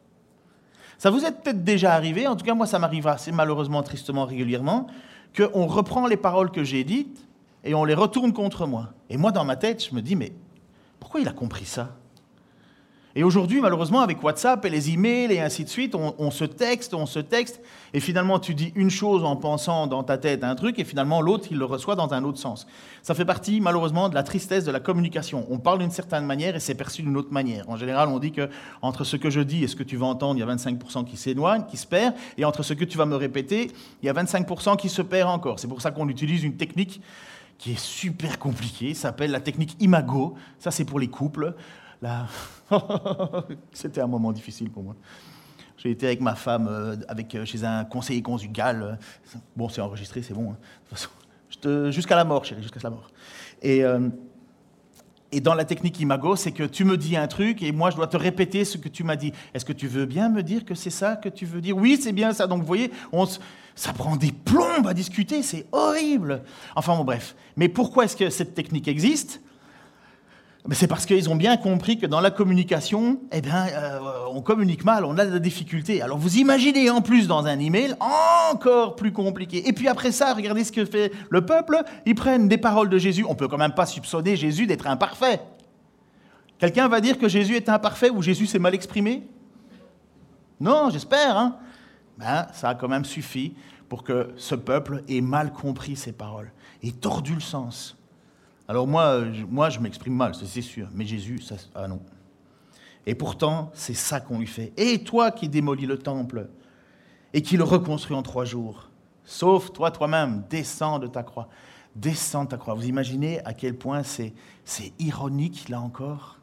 Ça vous est peut-être déjà arrivé, en tout cas moi ça m'arrive assez malheureusement, tristement, régulièrement, qu'on reprend les paroles que j'ai dites et on les retourne contre moi. Et moi, dans ma tête, je me dis, mais pourquoi il a compris ça ? Et aujourd'hui, malheureusement, avec WhatsApp et les emails et ainsi de suite, on, on se texte, on se texte, et finalement, tu dis une chose en pensant dans ta tête un truc, et finalement, l'autre, il le reçoit dans un autre sens. Ça fait partie, malheureusement, de la tristesse de la communication. On parle d'une certaine manière et c'est perçu d'une autre manière. En général, on dit que entre ce que je dis et ce que tu vas entendre, il y a vingt-cinq pour cent qui s'éloigne, qui se perd, et entre ce que tu vas me répéter, il y a vingt-cinq pour cent qui se perd encore. C'est pour ça qu'on utilise une technique qui est super compliquée, ça s'appelle la technique Imago. Ça, c'est pour les couples. Là, c'était un moment difficile pour moi. J'ai été avec ma femme euh, avec, euh, chez un conseiller conjugal. Bon, c'est enregistré, c'est bon. Hein. De toute façon, je te, jusqu'à la mort, chérie, jusqu'à la mort. Et, euh, et dans la technique Imago, c'est que tu me dis un truc et moi, je dois te répéter ce que tu m'as dit. Est-ce que tu veux bien me dire que c'est ça que tu veux dire? Oui, c'est bien ça. Donc, vous voyez, on se, ça prend des plombes à discuter, c'est horrible. Enfin, bon, bref. Mais pourquoi est-ce que cette technique existe? C'est parce qu'ils ont bien compris que dans la communication, eh bien, euh, on communique mal, on a de la difficulté. Alors vous imaginez en plus dans un email, encore plus compliqué. Et puis après ça, regardez ce que fait le peuple, ils prennent des paroles de Jésus. On ne peut quand même pas soupçonner Jésus d'être imparfait. Quelqu'un va dire que Jésus est imparfait ou Jésus s'est mal exprimé? Non, j'espère. Hein. Ben, ça a quand même suffi pour que ce peuple ait mal compris ces paroles et tordu le sens. Alors moi, je, moi, je m'exprime mal, c'est sûr, mais Jésus, ça, ah non. Et pourtant, c'est ça qu'on lui fait. Et toi qui démolis le temple et qui le reconstruis en trois jours, sauve-toi toi-même, descends de ta croix, descends de ta croix. Vous imaginez à quel point c'est, c'est ironique, là encore?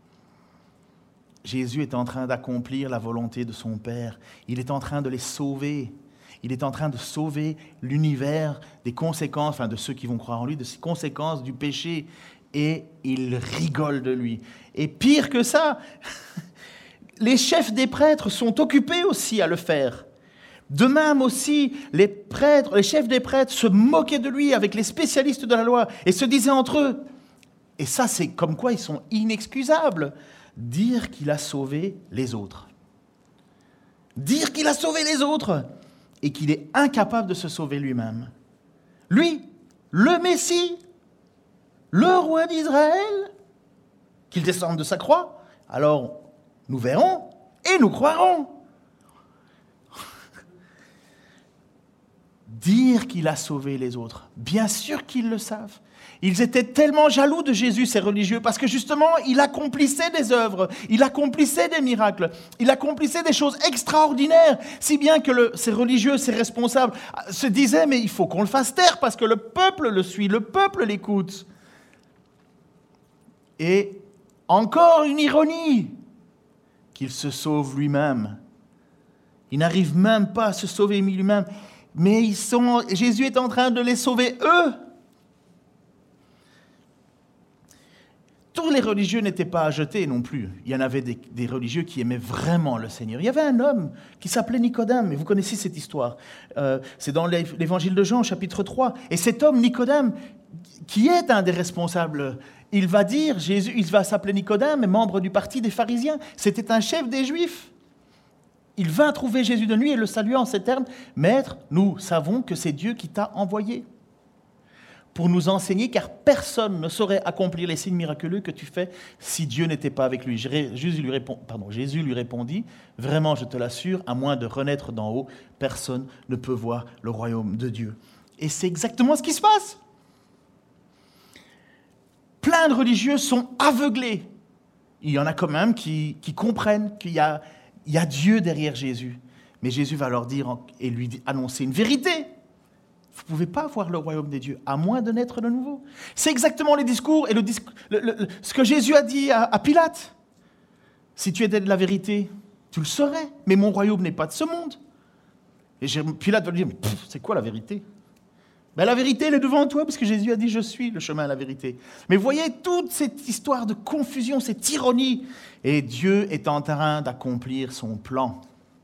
Jésus est en train d'accomplir la volonté de son Père. Il est en train de les sauver. Il est en train de sauver l'univers des conséquences, enfin de ceux qui vont croire en lui, de ces conséquences du péché. Et il rigole de lui. Et pire que ça, les chefs des prêtres sont occupés aussi à le faire. De même aussi, les prêtres, les chefs des prêtres se moquaient de lui avec les spécialistes de la loi et se disaient entre eux, et ça c'est comme quoi ils sont inexcusables, dire qu'il a sauvé les autres. Dire qu'il a sauvé les autres et qu'il est incapable de se sauver lui-même. Lui, le Messie, le roi d'Israël, qu'il descende de sa croix, alors nous verrons et nous croirons. Dire qu'il a sauvé les autres, bien sûr qu'ils le savent. Ils étaient tellement jaloux de Jésus, ces religieux, parce que justement, il accomplissait des œuvres, il accomplissait des miracles, il accomplissait des choses extraordinaires, si bien que le, ces religieux, ces responsables se disaient, mais il faut qu'on le fasse taire, parce que le peuple le suit, le peuple l'écoute. Et encore une ironie, qu'il se sauve lui-même. Il n'arrive même pas à se sauver lui-même, mais ils sont, Jésus est en train de les sauver eux. Tous les religieux n'étaient pas à jeter non plus. Il y en avait des, des religieux qui aimaient vraiment le Seigneur. Il y avait un homme qui s'appelait Nicodème, et vous connaissez cette histoire. Euh, c'est dans l'évangile de Jean, chapitre trois. Et cet homme, Nicodème, qui est un des responsables, il va dire, Jésus, il va s'appeler Nicodème, membre du parti des pharisiens. C'était un chef des Juifs. Il vint trouver Jésus de nuit et le salua en ces termes, « Maître, nous savons que c'est Dieu qui t'a envoyé pour nous enseigner, car personne ne saurait accomplir les signes miraculeux que tu fais si Dieu n'était pas avec lui. » Jésus lui, répond, pardon, Jésus lui répondit, « Vraiment, je te l'assure, à moins de renaître d'en haut, personne ne peut voir le royaume de Dieu. » Et c'est exactement ce qui se passe. Plein de religieux sont aveuglés. Il y en a quand même qui, qui comprennent qu'il y a, il y a Dieu derrière Jésus. Mais Jésus va leur dire et lui annoncer une vérité. Vous ne pouvez pas voir le royaume des dieux, à moins de naître de nouveau. C'est exactement les discours et le discours, le, le, ce que Jésus a dit à, à Pilate. Si tu étais de la vérité, tu le saurais, mais mon royaume n'est pas de ce monde. Et Pilate va lui dire, mais pff, c'est quoi la vérité? Ben, la vérité, elle est devant toi, parce que Jésus a dit, je suis le chemin à la vérité. Mais voyez toute cette histoire de confusion, cette ironie. Et Dieu est en train d'accomplir son plan.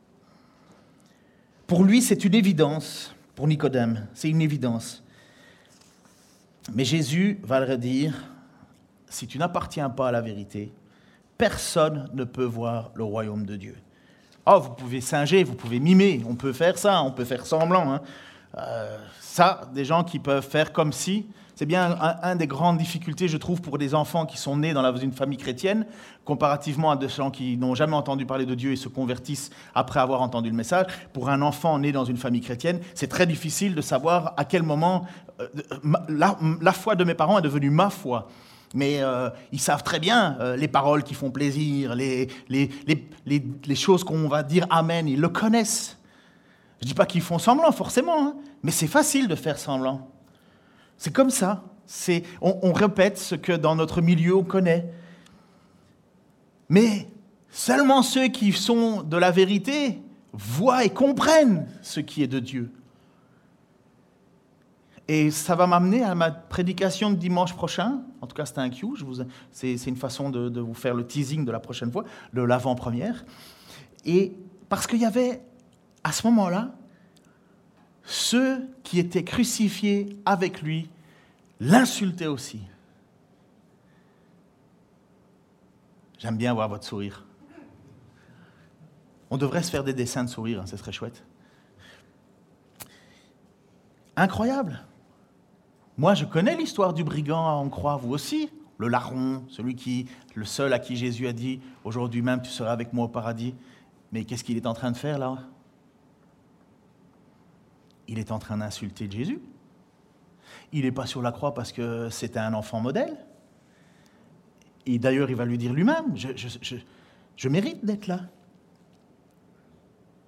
Pour lui, c'est une évidence. Pour Nicodème, c'est une évidence. Mais Jésus va le redire, si tu n'appartiens pas à la vérité, personne ne peut voir le royaume de Dieu. Oh, vous pouvez singer, vous pouvez mimer, on peut faire ça, on peut faire semblant. Hein. Euh, ça, des gens qui peuvent faire comme si, c'est bien un, un des grandes difficultés, je trouve, pour des enfants qui sont nés dans la, une famille chrétienne, comparativement à des gens qui n'ont jamais entendu parler de Dieu et se convertissent après avoir entendu le message. Pour un enfant né dans une famille chrétienne, c'est très difficile de savoir à quel moment euh, la, la foi de mes parents est devenue ma foi. Mais euh, ils savent très bien euh, les paroles qui font plaisir, les, les, les, les, les choses qu'on va dire amen, ils le connaissent. Je ne dis pas qu'ils font semblant, forcément, hein, mais c'est facile de faire semblant. C'est comme ça. C'est, on, on répète ce que dans notre milieu on connaît. Mais seulement ceux qui sont de la vérité voient et comprennent ce qui est de Dieu. Et ça va m'amener à ma prédication de dimanche prochain. En tout cas, c'est un cue. Je vous, c'est, c'est une façon de, de vous faire le teasing de la prochaine fois, de l'avant-première. Et parce qu'il y avait, à ce moment-là, ceux qui étaient crucifiés avec lui l'insultaient aussi. J'aime bien voir votre sourire. On devrait se faire des dessins de sourire, hein, ce serait chouette. Incroyable. Moi, je connais l'histoire du brigand en croix, vous aussi. Le larron, celui qui, le seul à qui Jésus a dit « Aujourd'hui même, tu seras avec moi au paradis ». Mais qu'est-ce qu'il est en train de faire là ? Il est en train d'insulter Jésus. Il n'est pas sur la croix parce que c'était un enfant modèle. Et d'ailleurs, il va lui dire lui-même, je, je, je, je mérite d'être là. Pourquoi ?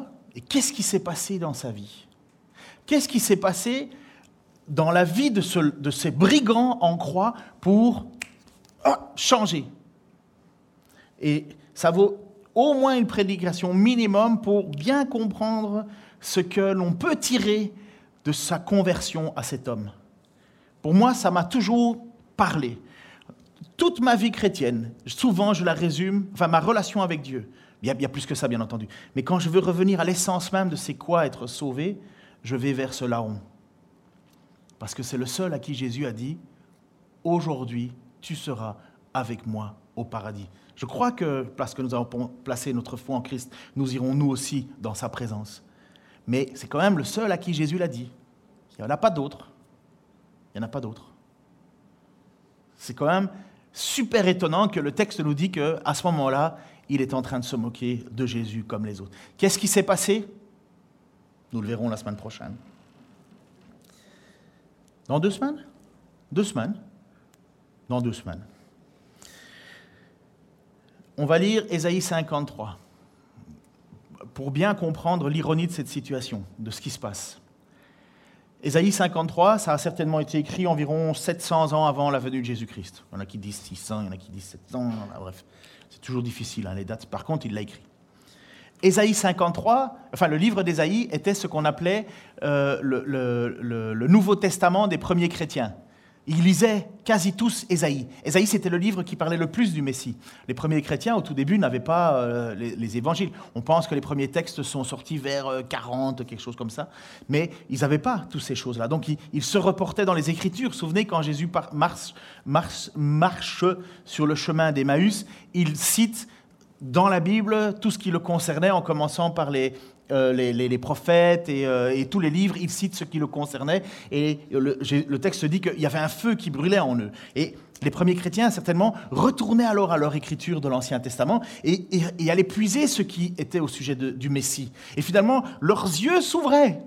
Et qu'est-ce qui s'est passé dans sa vie ? Qu'est-ce qui s'est passé dans la vie de, ce, de ces brigands en croix pour oh, changer ? Et ça vaut au moins une prédication minimum pour bien comprendre ce que l'on peut tirer de sa conversion à cet homme. Pour moi, ça m'a toujours parlé. Toute ma vie chrétienne, souvent je la résume, enfin ma relation avec Dieu, il y a, il y a plus que ça bien entendu, mais quand je veux revenir à l'essence même de c'est quoi être sauvé, je vais vers ce larron. Parce que c'est le seul à qui Jésus a dit « Aujourd'hui, tu seras avec moi au paradis ». Je crois que, parce que nous avons placé notre foi en Christ, nous irons nous aussi dans sa présence. Mais c'est quand même le seul à qui Jésus l'a dit. Il n'y en a pas d'autres. Il n'y en a pas d'autres. C'est quand même super étonnant que le texte nous dit qu'à ce moment-là, il est en train de se moquer de Jésus comme les autres. Qu'est-ce qui s'est passé ? Nous le verrons la semaine prochaine. Dans deux semaines ? Deux semaines ? Dans deux semaines. On va lire Ésaïe cinquante-trois pour bien comprendre l'ironie de cette situation, de ce qui se passe. Ésaïe cinquante-trois, ça a certainement été écrit environ sept cents ans avant la venue de Jésus-Christ. Il y en a qui disent six cents, il y en a qui disent sept cents, bref, c'est toujours difficile, hein, les dates. Par contre, il l'a écrit. Ésaïe cinquante-trois, enfin le livre d'Ésaïe était ce qu'on appelait euh, le, le, le, le Nouveau Testament des premiers chrétiens. Ils lisaient quasi tous Ésaïe. Ésaïe, c'était le livre qui parlait le plus du Messie. Les premiers chrétiens, au tout début, n'avaient pas euh, les, les évangiles. On pense que les premiers textes sont sortis vers euh, quarante, quelque chose comme ça. Mais ils n'avaient pas toutes ces choses-là. Donc, ils, ils se reportaient dans les Écritures. Vous vous souvenez, quand Jésus par, marche, marche, marche sur le chemin d'Emmaüs, il cite dans la Bible tout ce qui le concernait, en commençant par les... Euh, les, les, les prophètes et, euh, et tous les livres, ils citent ce qui le concernait. Et le, le texte dit qu'il y avait un feu qui brûlait en eux. Et les premiers chrétiens, certainement, retournaient alors à leur écriture de l'Ancien Testament et, et, et allaient puiser ce qui était au sujet de, du Messie. Et finalement, leurs yeux s'ouvraient.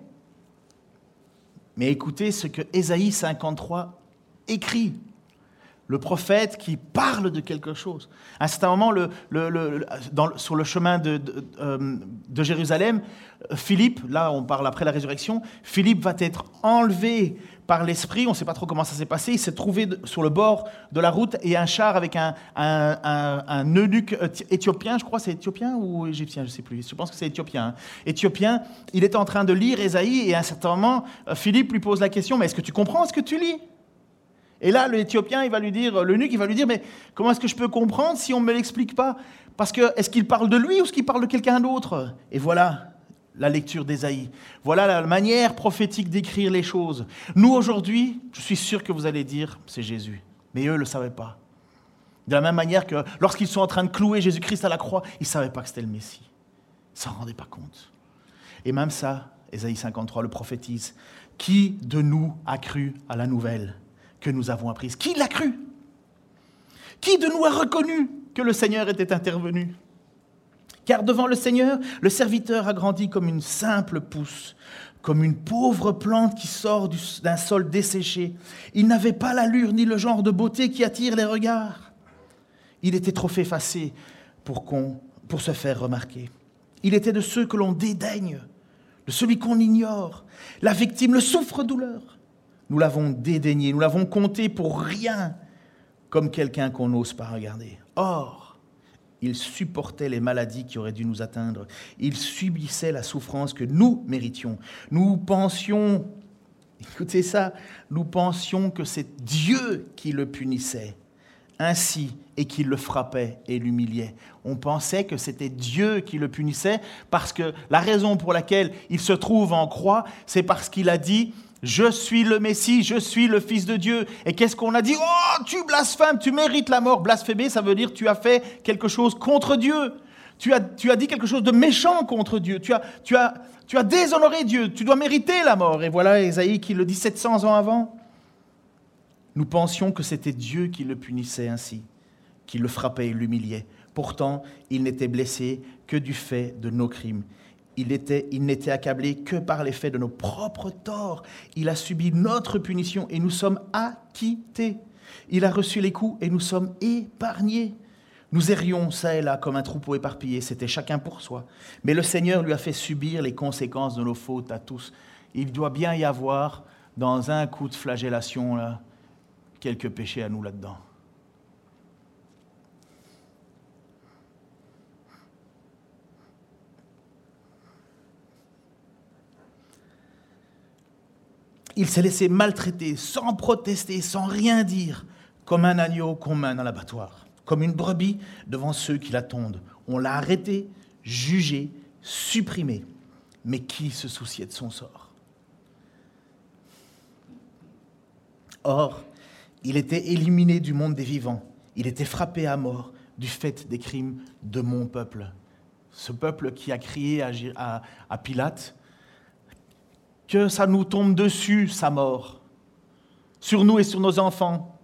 Mais écoutez ce que Ésaïe cinquante-trois écrit. Le prophète qui parle de quelque chose. À un certain moment, le, le, le, dans, sur le chemin de, de, de Jérusalem, Philippe, là on parle après la résurrection, Philippe va être enlevé par l'esprit, on ne sait pas trop comment ça s'est passé, il s'est trouvé de, sur le bord de la route et un char avec un, un, un, un eunuque éthiopien, je crois c'est éthiopien ou égyptien, je ne sais plus, je pense que c'est éthiopien. Hein. Éthiopien, il est en train de lire Ésaïe et à un certain moment, Philippe lui pose la question, mais est-ce que tu comprends ce que tu lis ? Et là, l'Éthiopien, il va lui dire, l'eunuque, il va lui dire, mais comment est-ce que je peux comprendre si on ne me l'explique pas ? Parce que, est-ce qu'il parle de lui ou est-ce qu'il parle de quelqu'un d'autre ? Et voilà la lecture d'Ésaïe. Voilà la manière prophétique d'écrire les choses. Nous, aujourd'hui, je suis sûr que vous allez dire, c'est Jésus. Mais eux ne le savaient pas. De la même manière que lorsqu'ils sont en train de clouer Jésus-Christ à la croix, ils ne savaient pas que c'était le Messie. Ils ne s'en rendaient pas compte. Et même ça, Ésaïe cinquante-trois le prophétise. Qui de nous a cru à la nouvelle que nous avons apprise? Qui l'a cru? Qui de nous a reconnu que le Seigneur était intervenu? Car devant le Seigneur, le serviteur a grandi comme une simple pousse, comme une pauvre plante qui sort d'un sol desséché. Il n'avait pas l'allure ni le genre de beauté qui attire les regards. Il était trop effacé pour, qu'on, pour se faire remarquer. Il était de ceux que l'on dédaigne, de celui qu'on ignore. La victime, le souffre-douleur. Nous l'avons dédaigné, nous l'avons compté pour rien, comme quelqu'un qu'on n'ose pas regarder. Or, il supportait les maladies qui auraient dû nous atteindre. Il subissait la souffrance que nous méritions. Nous pensions, écoutez ça, nous pensions que c'est Dieu qui le punissait ainsi et qui le frappait et l'humiliait. On pensait que c'était Dieu qui le punissait parce que la raison pour laquelle il se trouve en croix, c'est parce qu'il a dit « Je suis le Messie, je suis le Fils de Dieu ». Et qu'est-ce qu'on a dit? « Oh, tu blasphèmes, tu mérites la mort ». Blasphémer, ça veut dire tu as fait quelque chose contre Dieu. Tu as, tu as dit quelque chose de méchant contre Dieu. Tu as, tu as, tu as déshonoré Dieu. Tu dois mériter la mort. Et voilà Ésaïe qui le dit sept cents ans avant. Nous pensions que c'était Dieu qui le punissait ainsi, qui le frappait et l'humiliait. Pourtant, il n'était blessé que du fait de nos crimes. Il, était, il n'était accablé que par l'effet de nos propres torts. Il a subi notre punition et nous sommes acquittés. Il a reçu les coups et nous sommes épargnés. Nous errions ça et là comme un troupeau éparpillé, c'était chacun pour soi. Mais le Seigneur lui a fait subir les conséquences de nos fautes à tous. Il doit bien y avoir, dans un coup de flagellation, là, quelques péchés à nous là-dedans. Il s'est laissé maltraiter, sans protester, sans rien dire, comme un agneau qu'on mène à l'abattoir, comme une brebis devant ceux qui l'attendent. On l'a arrêté, jugé, supprimé. Mais qui se souciait de son sort? Or, il était éliminé du monde des vivants. Il était frappé à mort du fait des crimes de mon peuple. Ce peuple qui a crié à, à, à Pilate que ça nous tombe dessus, sa mort, sur nous et sur nos enfants.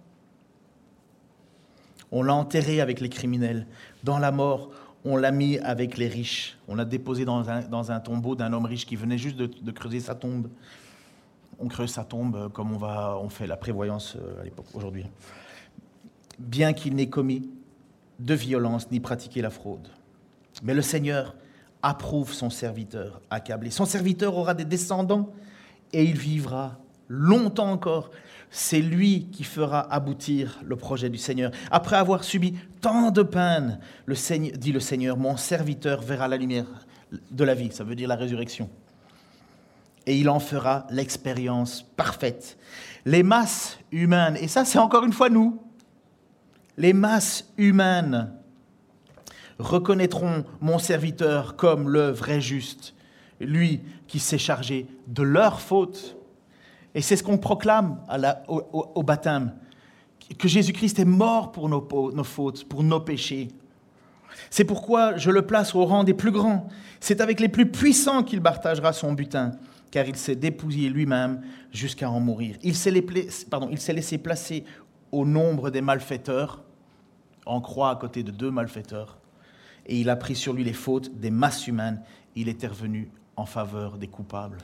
On l'a enterré avec les criminels. Dans la mort, on l'a mis avec les riches. On l'a déposé dans un, dans un tombeau d'un homme riche qui venait juste de, de creuser sa tombe. On creuse sa tombe comme on, va, on fait la prévoyance à l'époque, aujourd'hui. Bien qu'il n'ait commis de violence ni pratiqué la fraude. Mais le Seigneur approuve son serviteur accablé. Son serviteur aura des descendants et il vivra longtemps encore. C'est lui qui fera aboutir le projet du Seigneur. Après avoir subi tant de peines, le Seigneur, dit le Seigneur, mon serviteur verra la lumière de la vie, ça veut dire la résurrection. Et il en fera l'expérience parfaite. Les masses humaines, et ça c'est encore une fois nous, les masses humaines reconnaîtront mon serviteur comme le vrai juste, lui qui s'est chargé de leurs fautes. Et c'est ce qu'on proclame à la, au, au, au baptême, que Jésus-Christ est mort pour nos, nos fautes, pour nos péchés. C'est pourquoi je le place au rang des plus grands. C'est avec les plus puissants qu'il partagera son butin, car il s'est dépouillé lui-même jusqu'à en mourir. Il s'est, les, pardon, il s'est laissé placer au nombre des malfaiteurs, en croix à côté de deux malfaiteurs, et il a pris sur lui les fautes des masses humaines. Il était revenu en faveur des coupables.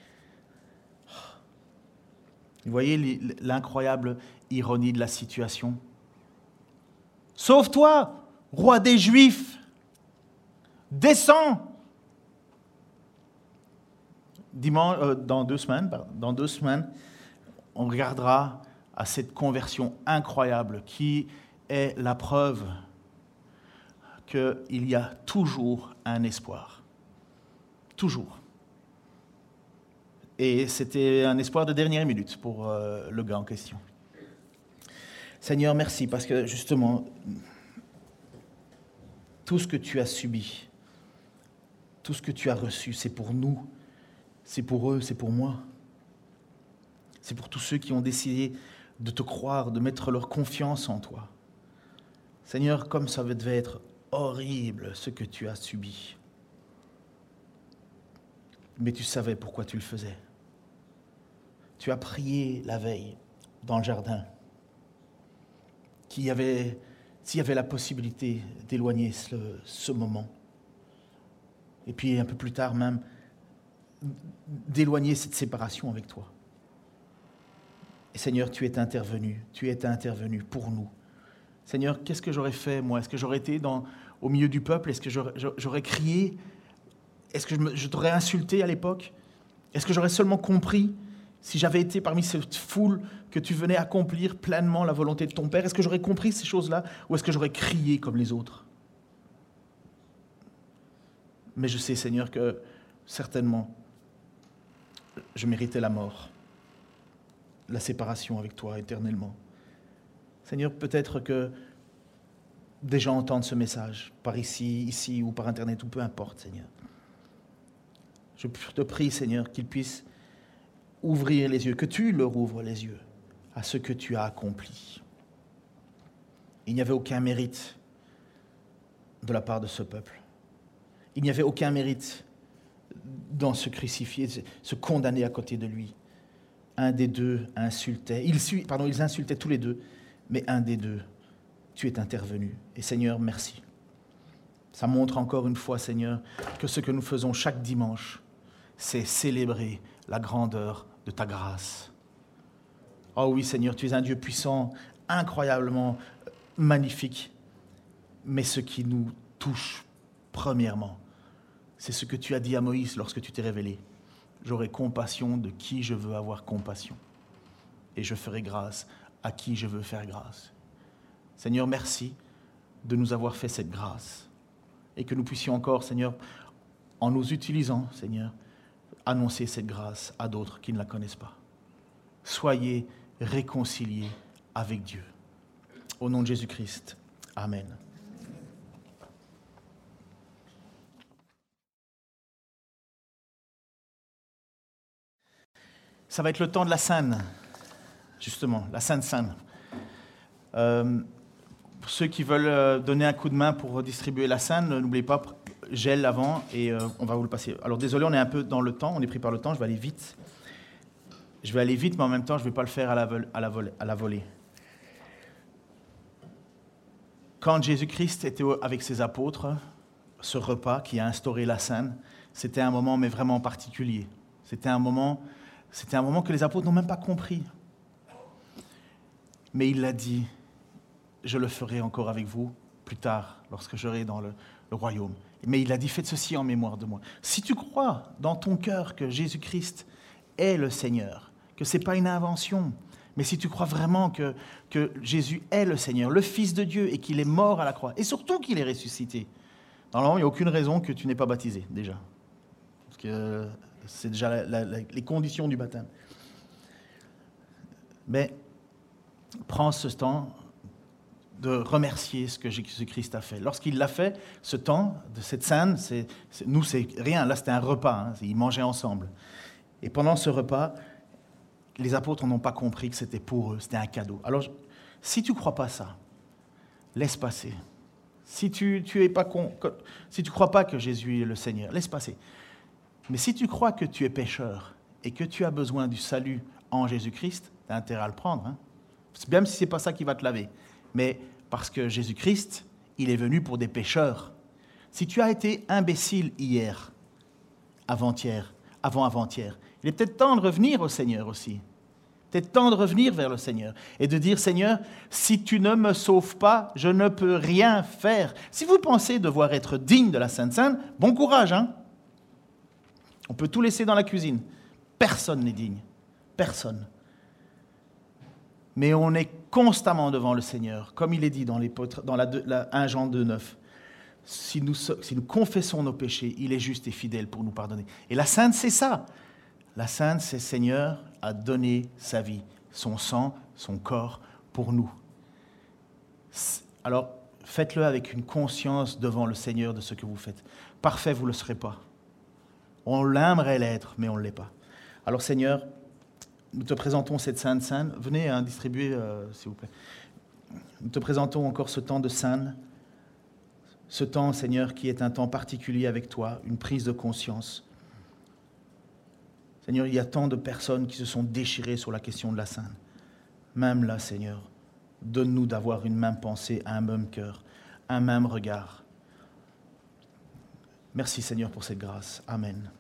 Vous voyez l'incroyable ironie de la situation? Sauve-toi, roi des Juifs, descends. Dimanche, euh, dans deux semaines, pardon, dans deux semaines, on regardera à cette conversion incroyable qui est la preuve qu'il y a toujours un espoir. Toujours. Et c'était un espoir de dernière minute pour euh, le gars en question. Seigneur, merci, parce que justement, tout ce que tu as subi, tout ce que tu as reçu, c'est pour nous, c'est pour eux, c'est pour moi. C'est pour tous ceux qui ont décidé de te croire, de mettre leur confiance en toi. Seigneur, comme ça devait être horrible ce que tu as subi. mais tu savais pourquoi tu le faisais. Tu as prié la veille dans le jardin qu'il y avait, s'il y avait la possibilité d'éloigner ce, ce moment. Et puis un peu plus tard même, d'éloigner cette séparation avec toi. Et Seigneur, tu es intervenu, tu es intervenu pour nous. Seigneur, qu'est-ce que j'aurais fait, moi? Est-ce que j'aurais été dans, au milieu du peuple? Est-ce que j'aurais, j'aurais crié? Est-ce que je, me, je t'aurais insulté à l'époque? Est-ce que j'aurais seulement compris si j'avais été parmi cette foule que tu venais accomplir pleinement la volonté de ton Père? Est-ce que j'aurais compris ces choses-là ou est-ce que j'aurais crié comme les autres? Mais je sais, Seigneur, que certainement, je méritais la mort, la séparation avec toi éternellement. Seigneur, peut-être que des gens entendent ce message par ici, ici ou par Internet, ou peu importe, Seigneur. Je te prie, Seigneur, qu'ils puissent ouvrir les yeux, que tu leur ouvres les yeux à ce que tu as accompli. Il n'y avait aucun mérite de la part de ce peuple. Il n'y avait aucun mérite dans ce crucifié, ce condamné à côté de lui. Un des deux insultait, ils, pardon, ils insultaient tous les deux, mais un des deux, tu es intervenu. Et Seigneur, merci. Ça montre encore une fois, Seigneur, que ce que nous faisons chaque dimanche, c'est célébrer la grandeur de ta grâce. Oh oui, Seigneur, tu es un Dieu puissant, incroyablement magnifique. Mais ce qui nous touche, premièrement, c'est ce que tu as dit à Moïse lorsque tu t'es révélé. J'aurai compassion de qui je veux avoir compassion. Et je ferai grâce à qui je veux faire grâce. Seigneur, merci de nous avoir fait cette grâce. Et que nous puissions encore, Seigneur, en nous utilisant, Seigneur, annoncer cette grâce à d'autres qui ne la connaissent pas. Soyez réconciliés avec Dieu. Au nom de Jésus-Christ. Amen. Ça va être le temps de la Sainte, justement, la Sainte Sainte. Euh, pour ceux qui veulent donner un coup de main pour redistribuer la Sainte, n'oubliez pas, gel avant et euh, on va vous le passer. Alors désolé, on est un peu dans le temps, on est pris par le temps, je vais aller vite. Je vais aller vite, mais en même temps, je ne vais pas le faire à la, vol- à la, vol- à la volée. Quand Jésus-Christ était avec ses apôtres, ce repas qui a instauré la Sainte, c'était un moment mais vraiment particulier. C'était un moment, c'était un moment que les apôtres n'ont même pas compris. Mais il l'a dit, je le ferai encore avec vous plus tard, lorsque je serai dans le, le royaume. Mais il a dit, faites ceci en mémoire de moi. Si tu crois dans ton cœur que Jésus-Christ est le Seigneur, que ce n'est pas une invention, mais si tu crois vraiment que, que Jésus est le Seigneur, le Fils de Dieu, et qu'il est mort à la croix, et surtout qu'il est ressuscité, normalement, il n'y a aucune raison que tu n'aies pas baptisé, déjà. Parce que c'est déjà la, la, la, les conditions du baptême. Mais prends ce temps de remercier ce que Jésus-Christ a fait. Lorsqu'il l'a fait, ce temps de cette scène, c'est, c'est, nous, c'est rien. Là, c'était un repas. Hein, ils mangeaient ensemble. Et pendant ce repas, les apôtres n'ont pas compris que c'était pour eux, c'était un cadeau. Alors, si tu ne crois pas ça, laisse passer. Si tu tu es pas con, si tu crois pas que Jésus est le Seigneur, laisse passer. Mais si tu crois que tu es pécheur et que tu as besoin du salut en Jésus-Christ, tu as intérêt à le prendre. Hein. Même si ce n'est pas ça qui va te laver. Mais parce que Jésus-Christ, il est venu pour des pécheurs. Si tu as été imbécile hier, avant-hier, avant-avant-hier, il est peut-être temps de revenir au Seigneur aussi. Peut-être temps de revenir vers le Seigneur et de dire, Seigneur, si tu ne me sauves pas, je ne peux rien faire. Si vous pensez devoir être digne de la Sainte Sainte, bon courage, hein. On peut tout laisser dans la cuisine. Personne n'est digne. Personne. Mais on est constamment devant le Seigneur, comme il est dit dans, les, dans la, la premier Jean deux neuf. Si nous, si nous confessons nos péchés, il est juste et fidèle pour nous pardonner. Et la Sainte, c'est ça. La Sainte, c'est Seigneur a donné sa vie, son sang, son corps pour nous. Alors, faites-le avec une conscience devant le Seigneur de ce que vous faites. Parfait, vous ne le serez pas. On l'aimerait l'être, mais on ne l'est pas. Alors, Seigneur, nous te présentons cette Sainte Sainte. Venez hein, distribuer, euh, s'il vous plaît. Nous te présentons encore ce temps de Sainte. Ce temps, Seigneur, qui est un temps particulier avec toi, une prise de conscience. Seigneur, il y a tant de personnes qui se sont déchirées sur la question de la scène. Même là, Seigneur, donne-nous d'avoir une même pensée, un même cœur, un même regard. Merci, Seigneur, pour cette grâce. Amen.